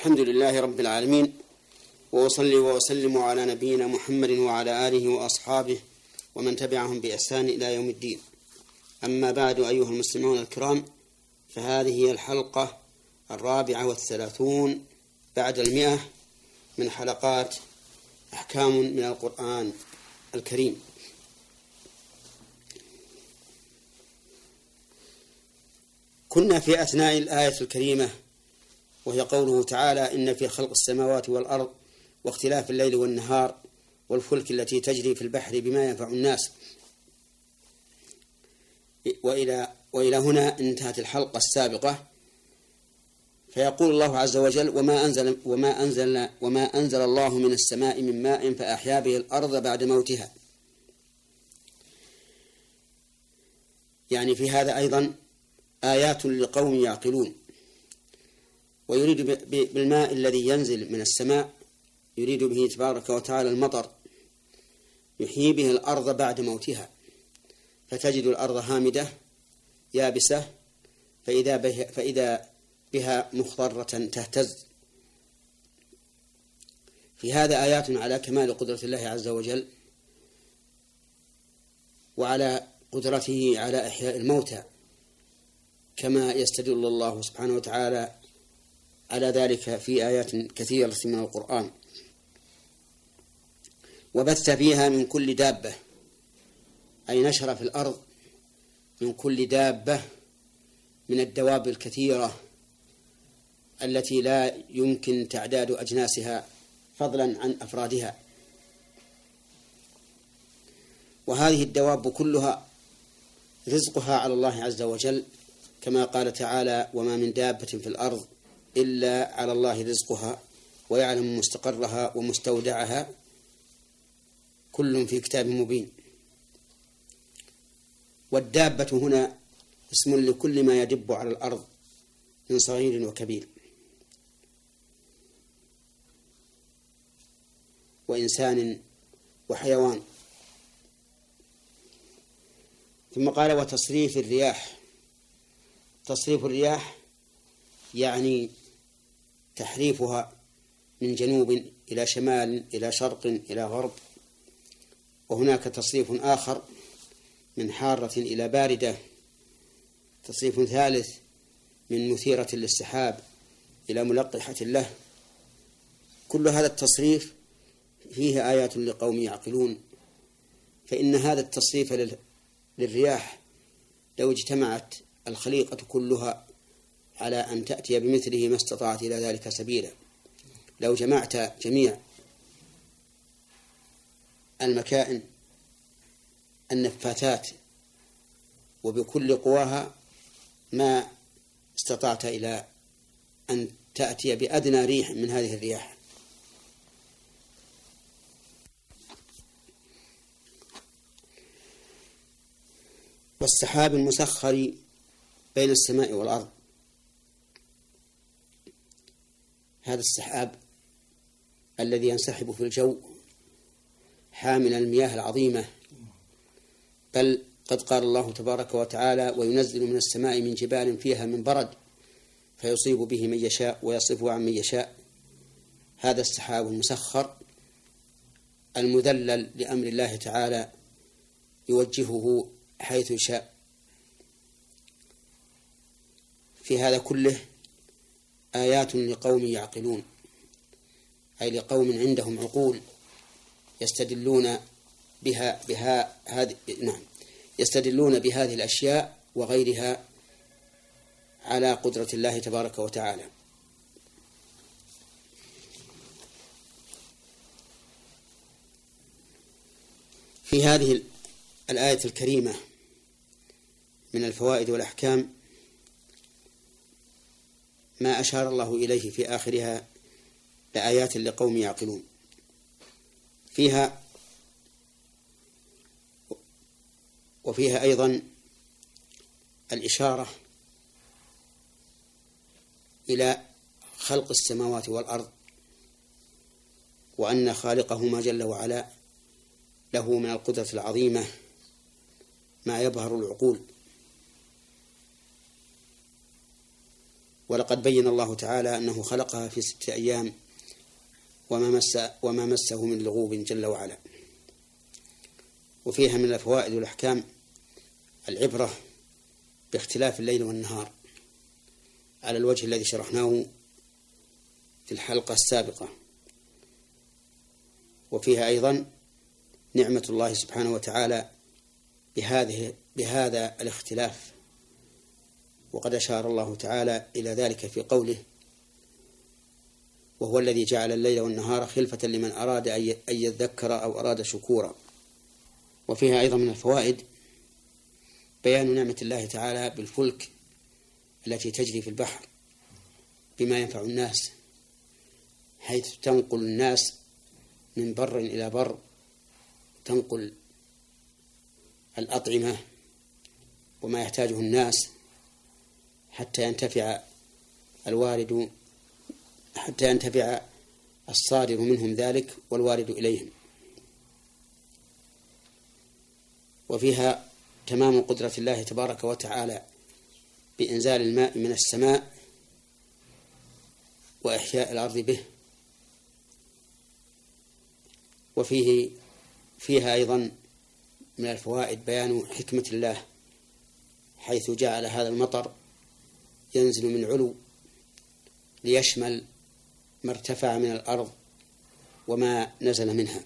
الحمد لله رب العالمين، وأصلي وأسلم على نبينا محمد وعلى آله وأصحابه ومن تبعهم بإحسان إلى يوم الدين. أما بعد، أيها المسلمون الكرام، فهذه هي الحلقة 34 بعد 100 من حلقات أحكام من القرآن الكريم. كنا في أثناء الآية الكريمة وهي قوله تعالى: إن في خلق السماوات والأرض واختلاف الليل والنهار والفلك التي تجري في البحر بما ينفع الناس. وإلى هنا انتهت الحلقة السابقة. فيقول الله عز وجل: وما أنزل الله من السماء من ماء فأحيا به الأرض بعد موتها. يعني في هذا أيضا آيات لقوم يعقلون. ويريد بالماء الذي ينزل من السماء يريد به تبارك وتعالى المطر، يحيي به الأرض بعد موتها، فتجد الأرض هامدة يابسة، فإذا بها مخضرة تهتز. في هذا آيات على كمال قدرة الله عز وجل وعلى قدرته على إحياء الموتى، كما يستدل الله سبحانه وتعالى على ذلك في آيات كثيرة من القرآن. وبث فيها من كل دابة، أي نشر في الأرض من كل دابة من الدواب الكثيرة التي لا يمكن تعداد أجناسها فضلا عن أفرادها. وهذه الدواب كلها رزقها على الله عز وجل، كما قال تعالى: وما من دابة في الأرض إلا على الله رزقها ويعلم مستقرها ومستودعها كل في كتاب مبين. والدابة هنا اسم لكل ما يدب على الأرض من صغير وكبير، وإنسان وحيوان. ثم قال: وتصريف الرياح. تصريف الرياح يعني تحريفها من جنوب إلى شمال إلى شرق إلى غرب. وهناك تصريف آخر من حارة إلى باردة. تصريف ثالث من مثيرة للسحاب إلى ملقحة له. كل هذا التصريف فيه آيات لقوم يعقلون. فإن هذا التصريف للرياح لو اجتمعت الخليقة كلها على أن تأتي بمثله ما استطاعت إلى ذلك سبيلا. لو جمعت جميع المكائن النفاثات وبكل قواها ما استطعت إلى أن تأتي بأدنى ريح من هذه الرياح. والسحاب المسخر بين السماء والأرض، هذا السحاب الذي ينسحب في الجو حاملا المياه العظيمة. بل قد قال الله تبارك وتعالى: وينزل من السماء من جبال فيها من برد فيصيب به من يشاء ويصرفه عن من يشاء. هذا السحاب المسخر المذلل لأمر الله تعالى يوجهه حيث شاء. في هذا كله آيات لقوم يعقلون، أي لقوم عندهم عقول يستدلون يستدلون بهذه الأشياء وغيرها على قدرة الله تبارك وتعالى. في هذه الآية الكريمة من الفوائد والأحكام ما أشار الله إليه في آخرها لآيات لقوم يعقلون. وفيها أيضا الإشارة إلى خلق السماوات والأرض، وأن خالقهما جل وعلا له من القدرة العظيمة ما يبهر العقول. ولقد بين الله تعالى أنه خلقها في 6 أيام وما مسه من لغوب جل وعلا. وفيها من الفوائد والأحكام العبرة باختلاف الليل والنهار على الوجه الذي شرحناه في الحلقة السابقة. وفيها أيضا نعمة الله سبحانه وتعالى بهذا الاختلاف، وقد أشار الله تعالى إلى ذلك في قوله: وهو الذي جعل الليل والنهار خلفة لمن أراد أن يذكر أو أراد شكورا. وفيها أيضا من الفوائد بيان نعمة الله تعالى بالفلك التي تجري في البحر بما ينفع الناس، حيث تنقل الناس من بر إلى بر، تنقل الأطعمة وما يحتاجه الناس حتى ينتفع الصادر منهم ذلك والوارد إليهم. وفيها تمام قدرة الله تبارك وتعالى بإنزال الماء من السماء وإحياء الأرض به. فيها أيضا من الفوائد بيان حكمة الله، حيث جعل هذا المطر ينزل من علو ليشمل ما ارتفع من الأرض وما نزل منها.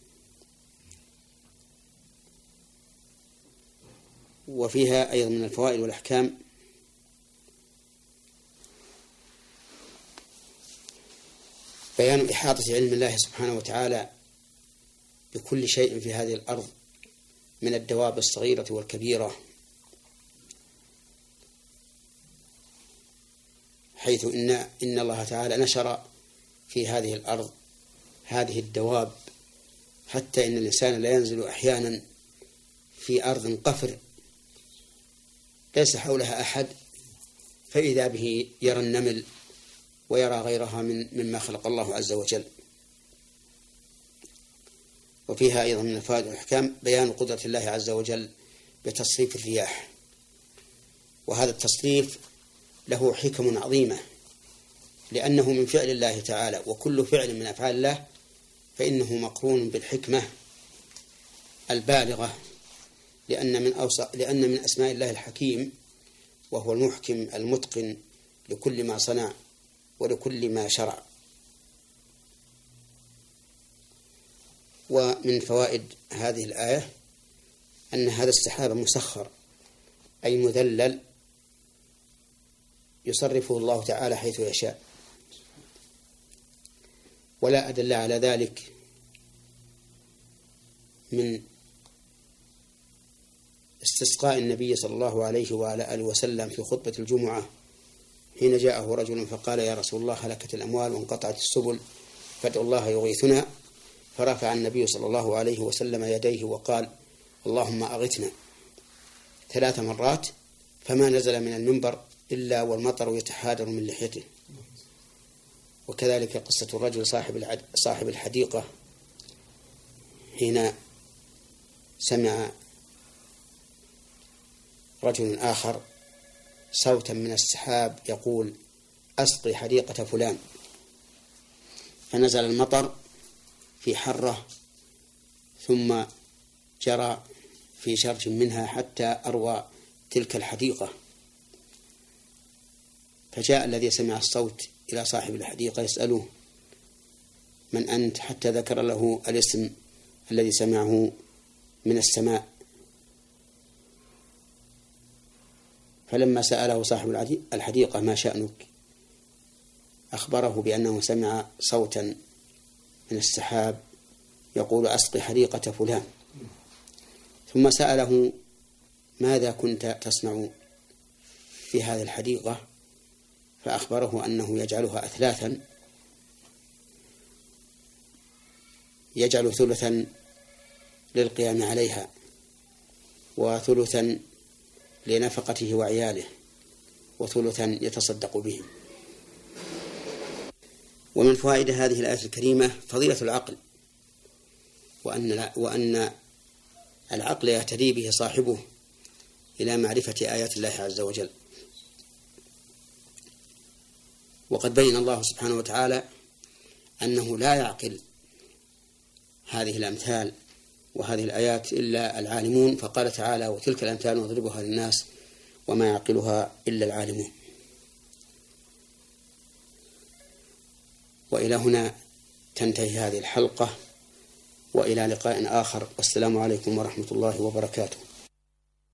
وفيها أيضا من الفوائد والأحكام بيان إحاطة علم الله سبحانه وتعالى بكل شيء في هذه الأرض من الدواب الصغيرة والكبيرة، حيث إن الله تعالى نشر في هذه الأرض هذه الدواب، حتى إن الإنسان لا ينزل أحيانا في أرض قفر ليس حولها أحد، فإذا به يرى النمل ويرى غيرها مما خلق الله عز وجل. وفيها أيضا من الفوائد والأحكام بيان قدرة الله عز وجل بتصريف الرياح، وهذا التصريف له حكم عظيمة، لأنه من فعل الله تعالى، وكل فعل من أفعال الله فإنه مقرون بالحكمة البالغة، لأن من أسماء الله الحكيم، وهو المحكم المتقن لكل ما صنع ولكل ما شرع. ومن فوائد هذه الآية أن هذا السحاب مسخر أي مذلل يصرفه الله تعالى حيث يشاء، ولا أدل على ذلك من استسقاء النبي صلى الله عليه وعلى آله وسلم في خطبة الجمعة حين جاءه رجل فقال: يا رسول الله، هلكت الأموال وانقطعت السبل فادعوا الله يغيثنا. فرفع النبي صلى الله عليه وسلم يديه وقال: اللهم أغثنا 3 مرات، فما نزل من المنبر إلا والمطر يتحادر من لحيته. وكذلك قصة الرجل صاحب الحديقة حين سمع رجل آخر صوتا من السحاب يقول: أسقي حديقة فلان، فنزل المطر في حرة ثم جرى في شرج منها حتى أروى تلك الحديقة. فجاء الذي سمع الصوت إلى صاحب الحديقة يسأله: من أنت؟ حتى ذكر له الاسم الذي سمعه من السماء. فلما سأله صاحب الحديقة: ما شأنك؟ أخبره بأنه سمع صوتا من السحاب يقول: أسقي حديقة فلان. ثم سأله: ماذا كنت تصنع في هذه الحديقة؟ فأخبره أنه يجعلها أثلاثا، يجعل ثلثا للقيام عليها وثلثا لنفقته وعياله وثلثا يتصدق بهم. ومن فوائد هذه الآية الكريمة فضيلة العقل، وأن العقل يهتدي به صاحبه إلى معرفة آيات الله عز وجل. وقد بين الله سبحانه وتعالى أنه لا يعقل هذه الأمثال وهذه الآيات إلا العالمون، فقال تعالى: وتلك الأمثال نضربها للناس وما يعقلها إلا العالمون. وإلى هنا تنتهي هذه الحلقة، وإلى لقاء آخر، والسلام عليكم ورحمة الله وبركاته.